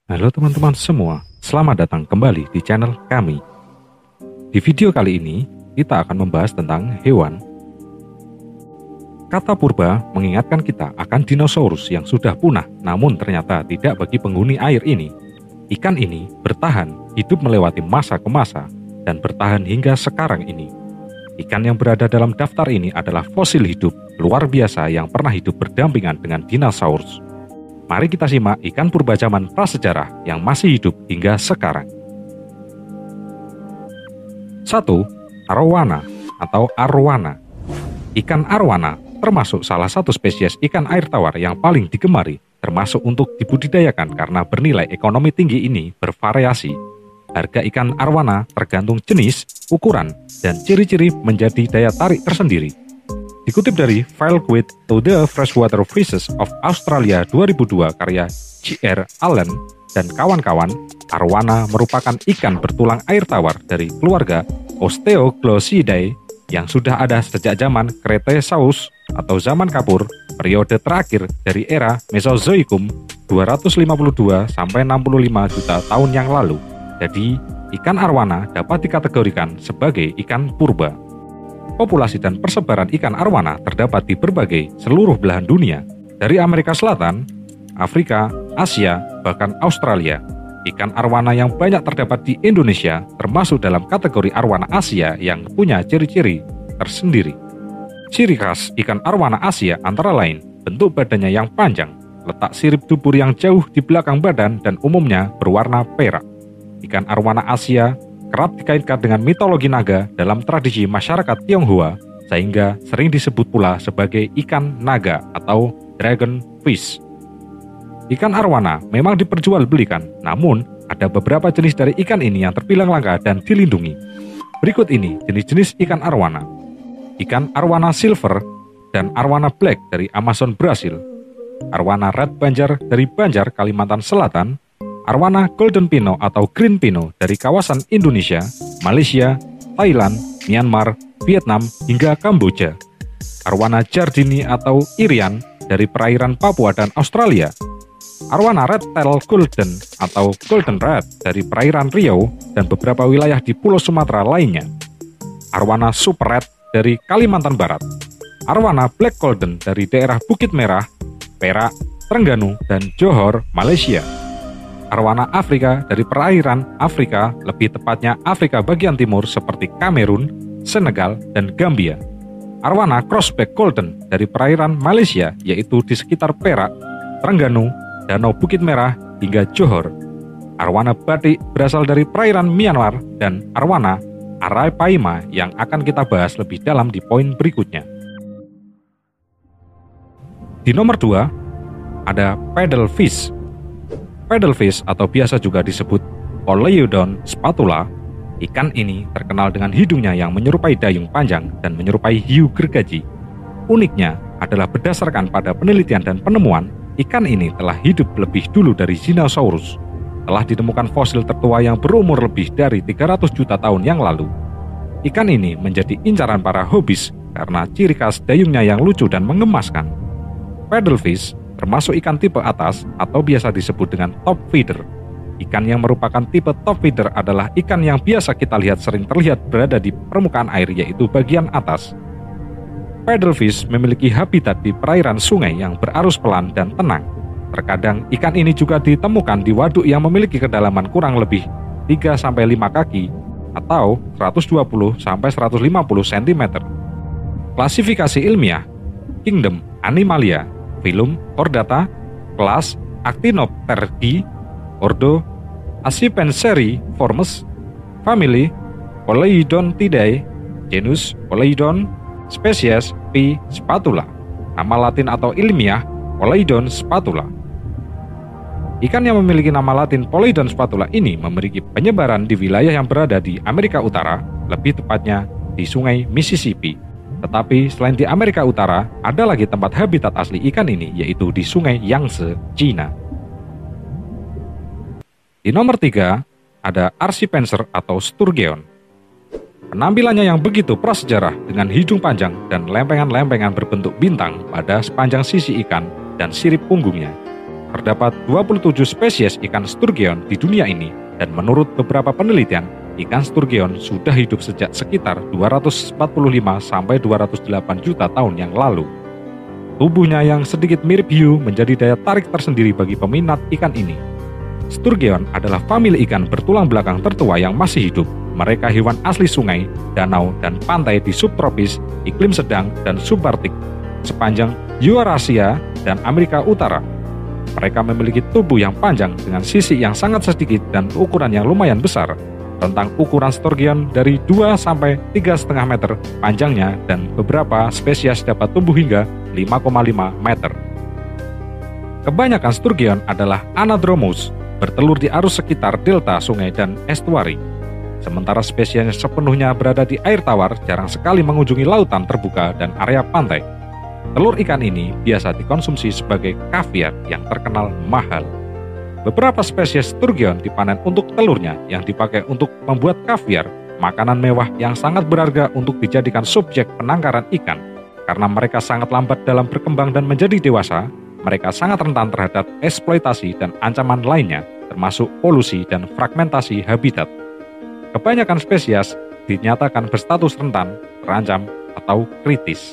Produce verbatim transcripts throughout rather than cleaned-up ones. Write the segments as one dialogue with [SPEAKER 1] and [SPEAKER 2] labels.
[SPEAKER 1] Halo teman-teman semua, selamat datang kembali di channel kami. Di video kali ini, kita akan membahas tentang hewan. Kata purba mengingatkan kita akan dinosaurus yang sudah punah, namun ternyata tidak bagi penghuni air ini. Ikan ini bertahan, hidup melewati masa ke masa, dan bertahan hingga sekarang ini. Ikan yang berada dalam daftar ini adalah fosil hidup luar biasa yang pernah hidup berdampingan dengan dinosaurus. Mari kita simak ikan purba zaman prasejarah yang masih hidup hingga sekarang. satu. Arowana atau arwana. Ikan arwana termasuk salah satu spesies ikan air tawar yang paling digemari, termasuk untuk dibudidayakan karena bernilai ekonomi tinggi ini bervariasi. Harga ikan arwana tergantung jenis, ukuran, dan ciri-ciri menjadi daya tarik tersendiri. Dikutip dari File Guide to the Freshwater Fishes of Australia dua ribu dua karya J R Allen dan kawan-kawan, arwana merupakan ikan bertulang air tawar dari keluarga Osteoglossidae yang sudah ada sejak zaman Cretaceous atau zaman kapur, periode terakhir dari era Mesozoikum dua ratus lima puluh dua sampai enam puluh lima juta tahun yang lalu. Jadi, ikan arwana dapat dikategorikan sebagai ikan purba. Populasi dan persebaran ikan arwana terdapat di berbagai seluruh belahan dunia, dari Amerika Selatan, Afrika, Asia, bahkan Australia. Ikan arwana yang banyak terdapat di Indonesia termasuk dalam kategori arwana Asia yang punya ciri-ciri tersendiri. Ciri khas ikan arwana Asia antara lain bentuk badannya yang panjang, letak sirip dubur yang jauh di belakang badan dan umumnya berwarna perak. Ikan arwana Asia kerap dikaitkan dengan mitologi naga dalam tradisi masyarakat Tionghoa, sehingga sering disebut pula sebagai ikan naga atau dragon fish. Ikan arwana memang diperjualbelikan, namun ada beberapa jenis dari ikan ini yang terbilang langka dan dilindungi. Berikut ini jenis-jenis ikan arwana. Ikan arwana silver dan arwana black dari Amazon Brasil, arwana red banjar dari Banjar, Kalimantan Selatan, arwana golden pino atau green pino dari kawasan Indonesia, Malaysia, Thailand, Myanmar, Vietnam, hingga Kamboja. Arwana jardini atau irian dari perairan Papua dan Australia. Arwana red tail golden atau golden red dari perairan Riau dan beberapa wilayah di Pulau Sumatera lainnya. Arwana super red dari Kalimantan Barat. Arwana black golden dari daerah Bukit Merah, Perak, Terengganu, dan Johor, Malaysia. Arwana Afrika dari perairan Afrika, lebih tepatnya Afrika bagian timur seperti Kamerun, Senegal, dan Gambia. Arwana crossback golden dari perairan Malaysia, yaitu di sekitar Perak, Terengganu, Danau Bukit Merah, hingga Johor. Arwana batik berasal dari perairan Myanmar, dan arwana Arapaima yang akan kita bahas lebih dalam di poin berikutnya. Di nomor dua, ada paddlefish. Paddlefish atau biasa juga disebut Polyodon spatula. Ikan ini terkenal dengan hidungnya yang menyerupai dayung panjang dan menyerupai hiu gergaji. Uniknya adalah berdasarkan pada penelitian dan penemuan, ikan ini telah hidup lebih dulu dari dinosaurus. Telah ditemukan fosil tertua yang berumur lebih dari tiga ratus juta tahun yang lalu. Ikan ini menjadi incaran para hobis karena ciri khas dayungnya yang lucu dan mengemaskan. Paddlefish termasuk ikan tipe atas atau biasa disebut dengan top feeder. Ikan yang merupakan tipe top feeder adalah ikan yang biasa kita lihat sering terlihat berada di permukaan air, yaitu bagian atas. Paddlefish memiliki habitat di perairan sungai yang berarus pelan dan tenang. Terkadang ikan ini juga ditemukan di waduk yang memiliki kedalaman kurang lebih tiga sampai lima kaki atau seratus dua puluh sampai seratus lima puluh sentimeter. Klasifikasi ilmiah: Kingdom Animalia, Filum Chordata, kelas Actinopterygii, ordo Accipensereiformes, famili Polyodontidae, genus Polyodon, spesies P. spatula. Nama latin atau ilmiah Polyodon spatula. Ikan yang memiliki nama latin Polyodon spatula ini memiliki penyebaran di wilayah yang berada di Amerika Utara, lebih tepatnya di Sungai Mississippi. Tetapi selain di Amerika Utara, ada lagi tempat habitat asli ikan ini, yaitu di Sungai Yangtze, Cina. Di nomor tiga, ada Archipenser atau Sturgeon. Penampilannya yang begitu prasejarah dengan hidung panjang dan lempengan-lempengan berbentuk bintang pada sepanjang sisi ikan dan sirip punggungnya. Terdapat dua puluh tujuh spesies ikan sturgeon di dunia ini, dan menurut beberapa penelitian, ikan sturgeon sudah hidup sejak sekitar dua ratus empat puluh lima sampai dua ratus delapan juta tahun yang lalu. Tubuhnya yang sedikit mirip hiu menjadi daya tarik tersendiri bagi peminat ikan ini. Sturgeon adalah famili ikan bertulang belakang tertua yang masih hidup. Mereka hewan asli sungai, danau, dan pantai di subtropis, iklim sedang, dan subarktik sepanjang Eurasia dan Amerika Utara. Mereka memiliki tubuh yang panjang dengan sisi yang sangat sedikit dan ukuran yang lumayan besar. Rentang ukuran sturgeon dari dua sampai tiga koma lima meter panjangnya, dan beberapa spesies dapat tumbuh hingga lima koma lima meter. Kebanyakan sturgeon adalah anadromous, bertelur di arus sekitar delta sungai dan estuari. Sementara spesiesnya sepenuhnya berada di air tawar, jarang sekali mengunjungi lautan terbuka dan area pantai. Telur ikan ini biasa dikonsumsi sebagai kaviar yang terkenal mahal. Beberapa spesies sturgeon dipanen untuk telurnya yang dipakai untuk membuat kaviar, makanan mewah yang sangat berharga untuk dijadikan subjek penangkaran ikan. Karena mereka sangat lambat dalam berkembang dan menjadi dewasa, mereka sangat rentan terhadap eksploitasi dan ancaman lainnya, termasuk polusi dan fragmentasi habitat. Kebanyakan spesies dinyatakan berstatus rentan, terancam, atau kritis.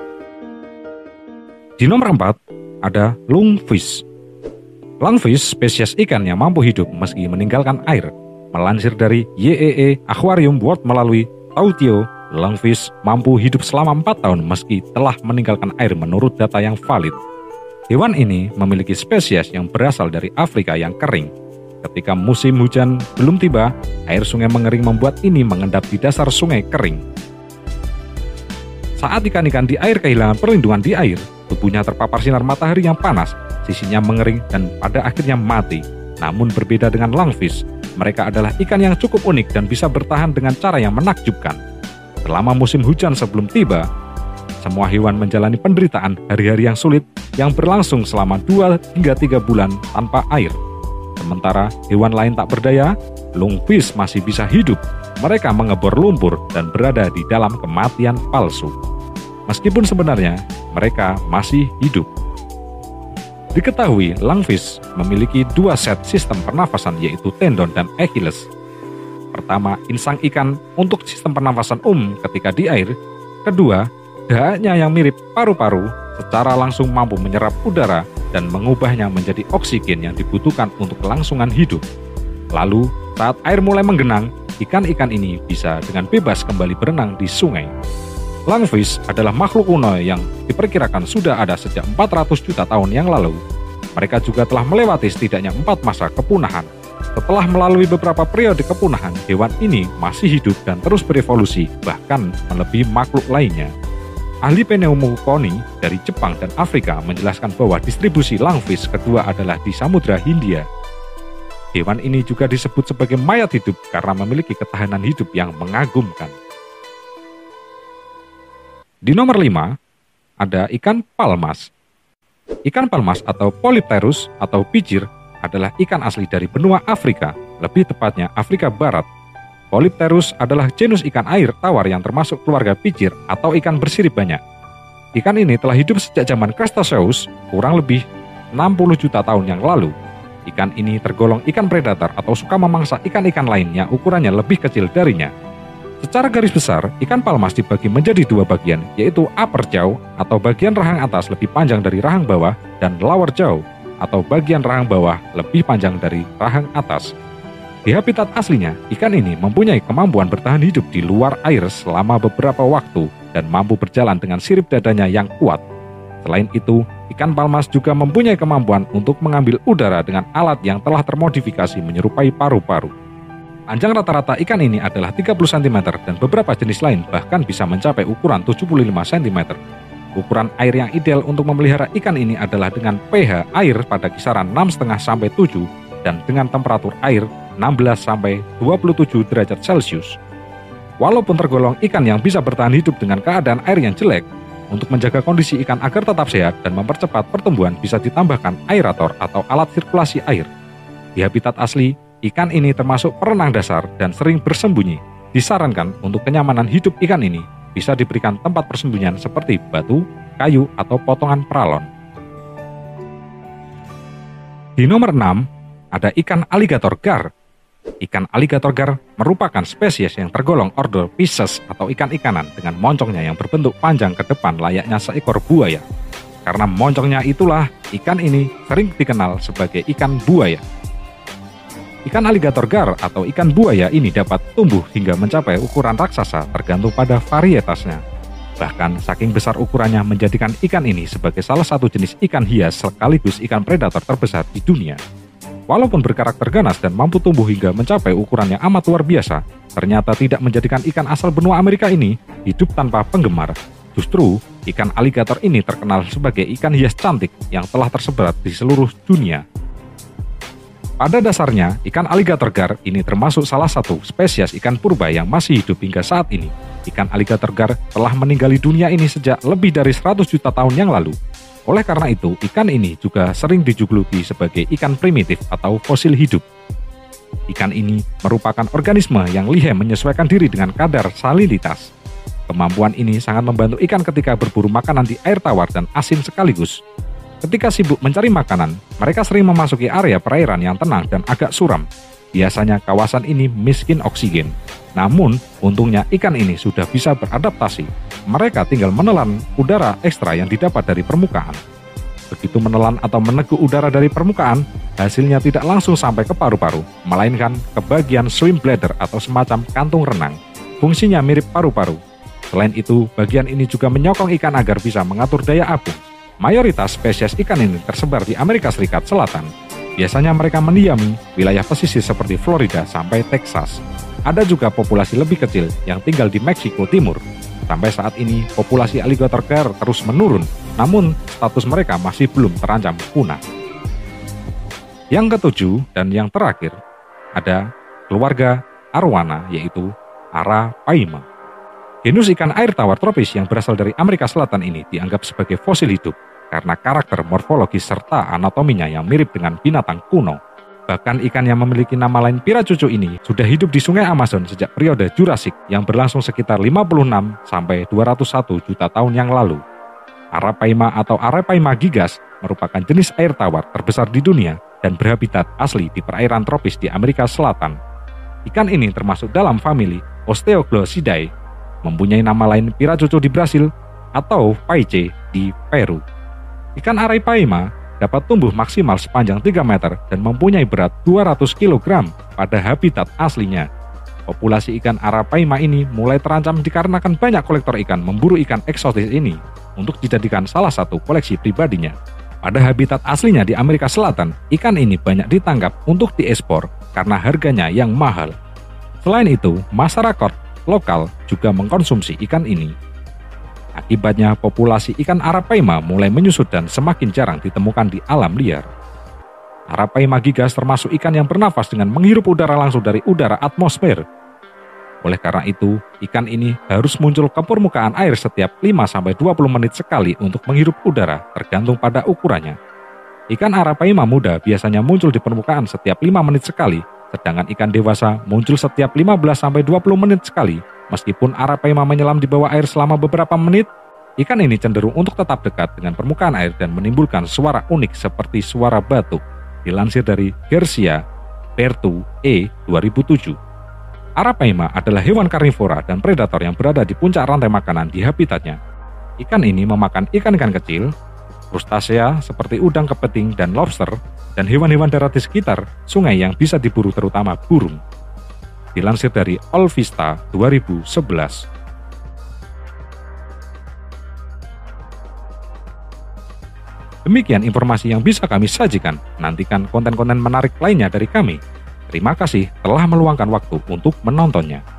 [SPEAKER 1] Di nomor empat, ada lungfish. Lungfish spesies ikan yang mampu hidup meski meninggalkan air. Melansir dari Y E E Aquarium World melalui Tautio, lungfish mampu hidup selama empat tahun meski telah meninggalkan air menurut data yang valid. Hewan ini memiliki spesies yang berasal dari Afrika yang kering. Ketika musim hujan belum tiba, air sungai mengering membuat ini mengendap di dasar sungai kering. Saat ikan-ikan di air kehilangan perlindungan di air, tubuhnya terpapar sinar matahari yang panas, sisinya mengering dan pada akhirnya mati. Namun berbeda dengan lungfish, mereka adalah ikan yang cukup unik dan bisa bertahan dengan cara yang menakjubkan. Selama musim hujan sebelum tiba, semua hewan menjalani penderitaan hari-hari yang sulit yang berlangsung selama dua hingga tiga bulan tanpa air. Sementara hewan lain tak berdaya, lungfish masih bisa hidup. Mereka mengebor lumpur dan berada di dalam kematian palsu. Meskipun sebenarnya mereka masih hidup. Diketahui lungfish memiliki dua set sistem pernafasan, yaitu tendon dan Achilles. Pertama, insang ikan untuk sistem pernafasan umum ketika di air. Kedua, dahaknya yang mirip paru-paru secara langsung mampu menyerap udara dan mengubahnya menjadi oksigen yang dibutuhkan untuk kelangsungan hidup. Lalu, saat air mulai menggenang, ikan-ikan ini bisa dengan bebas kembali berenang di sungai. Lungfish adalah makhluk kuno yang diperkirakan sudah ada sejak empat ratus juta tahun yang lalu. Mereka juga telah melewati setidaknya empat masa kepunahan. Setelah melalui beberapa periode kepunahan, hewan ini masih hidup dan terus berevolusi, bahkan melebihi makhluk lainnya. Ahli pneumokoni dari Jepang dan Afrika menjelaskan bahwa distribusi lungfish kedua adalah di Samudra Hindia. Hewan ini juga disebut sebagai mayat hidup karena memiliki ketahanan hidup yang mengagumkan. Di nomor lima, ada ikan palmas. Ikan palmas atau Polypterus atau pijir adalah ikan asli dari benua Afrika, lebih tepatnya Afrika Barat. Polypterus adalah genus ikan air tawar yang termasuk keluarga pijir atau ikan bersirip banyak. Ikan ini telah hidup sejak zaman Cretaceous, kurang lebih enam puluh juta tahun yang lalu. Ikan ini tergolong ikan predator atau suka memangsa ikan-ikan lain yang ukurannya lebih kecil darinya. Secara garis besar, ikan palmas dibagi menjadi dua bagian, yaitu upper jaw atau bagian rahang atas lebih panjang dari rahang bawah, dan lower jaw atau bagian rahang bawah lebih panjang dari rahang atas. Di habitat aslinya, ikan ini mempunyai kemampuan bertahan hidup di luar air selama beberapa waktu dan mampu berjalan dengan sirip dadanya yang kuat. Selain itu, ikan palmas juga mempunyai kemampuan untuk mengambil udara dengan alat yang telah termodifikasi menyerupai paru-paru. Panjang rata-rata ikan ini adalah tiga puluh sentimeter dan beberapa jenis lain bahkan bisa mencapai ukuran tujuh puluh lima sentimeter. Ukuran air yang ideal untuk memelihara ikan ini adalah dengan pH air pada kisaran enam koma lima sampai tujuh dan dengan temperatur air enam belas sampai dua puluh tujuh derajat Celcius. Walaupun tergolong ikan yang bisa bertahan hidup dengan keadaan air yang jelek, untuk menjaga kondisi ikan agar tetap sehat dan mempercepat pertumbuhan bisa ditambahkan aerator atau alat sirkulasi air. Di habitat asli, ikan ini termasuk perenang dasar dan sering bersembunyi. Disarankan untuk kenyamanan hidup ikan ini bisa diberikan tempat persembunyian seperti batu, kayu, atau potongan peralon. Di nomor enam, ada ikan aligator gar. Ikan aligator gar merupakan spesies yang tergolong ordo Pisces atau ikan-ikanan dengan moncongnya yang berbentuk panjang ke depan layaknya seekor buaya. Karena moncongnya itulah, ikan ini sering dikenal sebagai ikan buaya. Ikan aligator gar atau ikan buaya ini dapat tumbuh hingga mencapai ukuran raksasa tergantung pada varietasnya. Bahkan saking besar ukurannya menjadikan ikan ini sebagai salah satu jenis ikan hias sekaligus ikan predator terbesar di dunia. Walaupun berkarakter ganas dan mampu tumbuh hingga mencapai ukurannya amat luar biasa, ternyata tidak menjadikan ikan asal benua Amerika ini hidup tanpa penggemar. Justru, ikan aligator ini terkenal sebagai ikan hias cantik yang telah tersebar di seluruh dunia. Pada dasarnya, ikan aligator gar ini termasuk salah satu spesies ikan purba yang masih hidup hingga saat ini. Ikan aligator gar telah meninggali dunia ini sejak lebih dari seratus juta tahun yang lalu. Oleh karena itu, ikan ini juga sering dijuluki sebagai ikan primitif atau fosil hidup. Ikan ini merupakan organisme yang lihai menyesuaikan diri dengan kadar salinitas. Kemampuan ini sangat membantu ikan ketika berburu makanan di air tawar dan asin sekaligus. Ketika sibuk mencari makanan, mereka sering memasuki area perairan yang tenang dan agak suram. Biasanya kawasan ini miskin oksigen. Namun, untungnya ikan ini sudah bisa beradaptasi. Mereka tinggal menelan udara ekstra yang didapat dari permukaan. Begitu menelan atau meneguk udara dari permukaan, hasilnya tidak langsung sampai ke paru-paru, melainkan ke bagian swim bladder atau semacam kantung renang. Fungsinya mirip paru-paru. Selain itu, bagian ini juga menyokong ikan agar bisa mengatur daya apung. Mayoritas spesies ikan ini tersebar di Amerika Serikat Selatan. Biasanya mereka mendiami wilayah pesisir seperti Florida sampai Texas. Ada juga populasi lebih kecil yang tinggal di Meksiko Timur. Sampai saat ini, populasi aligator gar terus menurun, namun status mereka masih belum terancam punah. Yang ketujuh dan yang terakhir, ada keluarga Arowana, yaitu Arapaima. Genus ikan air tawar tropis yang berasal dari Amerika Selatan ini dianggap sebagai fosil hidup karena karakter morfologis serta anatominya yang mirip dengan binatang kuno. Bahkan ikan yang memiliki nama lain piracucu ini sudah hidup di sungai Amazon sejak periode Jurassik yang berlangsung sekitar lima puluh enam sampai dua ratus satu juta tahun yang lalu. Arapaima atau Arapaima gigas merupakan jenis air tawar terbesar di dunia dan berhabitat asli di perairan tropis di Amerika Selatan. Ikan ini termasuk dalam famili Osteoglossidae, mempunyai nama lain piracucu di Brasil atau paice di Peru. Ikan Arapaima dapat tumbuh maksimal sepanjang tiga meter dan mempunyai berat dua ratus kilogram pada habitat aslinya. Populasi ikan Arapaima ini mulai terancam dikarenakan banyak kolektor ikan memburu ikan eksotis ini untuk dijadikan salah satu koleksi pribadinya. Pada habitat aslinya di Amerika Selatan, ikan ini banyak ditangkap untuk diekspor karena harganya yang mahal. Selain itu, masyarakat lokal juga mengkonsumsi ikan ini. Akibatnya, populasi ikan Arapaima mulai menyusut dan semakin jarang ditemukan di alam liar. Arapaima gigas termasuk ikan yang bernafas dengan menghirup udara langsung dari udara atmosfer. Oleh karena itu, ikan ini harus muncul ke permukaan air setiap lima sampai dua puluh menit sekali untuk menghirup udara, tergantung pada ukurannya. Ikan Arapaima muda biasanya muncul di permukaan setiap lima menit sekali, sedangkan ikan dewasa muncul setiap lima belas sampai dua puluh menit sekali. Meskipun Arapaima menyelam di bawah air selama beberapa menit, ikan ini cenderung untuk tetap dekat dengan permukaan air dan menimbulkan suara unik seperti suara batuk. Dilansir dari Garcia Pertu E dua ribu tujuh. Arapaima adalah hewan karnivora dan predator yang berada di puncak rantai makanan di habitatnya. Ikan ini memakan ikan-ikan kecil, krustasea seperti udang, kepiting, dan lobster, dan hewan-hewan darat di sekitar sungai yang bisa diburu terutama burung. Dilansir dari Allvista dua ribu sebelas. Demikian informasi yang bisa kami sajikan. Nantikan konten-konten menarik lainnya dari kami. Terima kasih telah meluangkan waktu untuk menontonnya.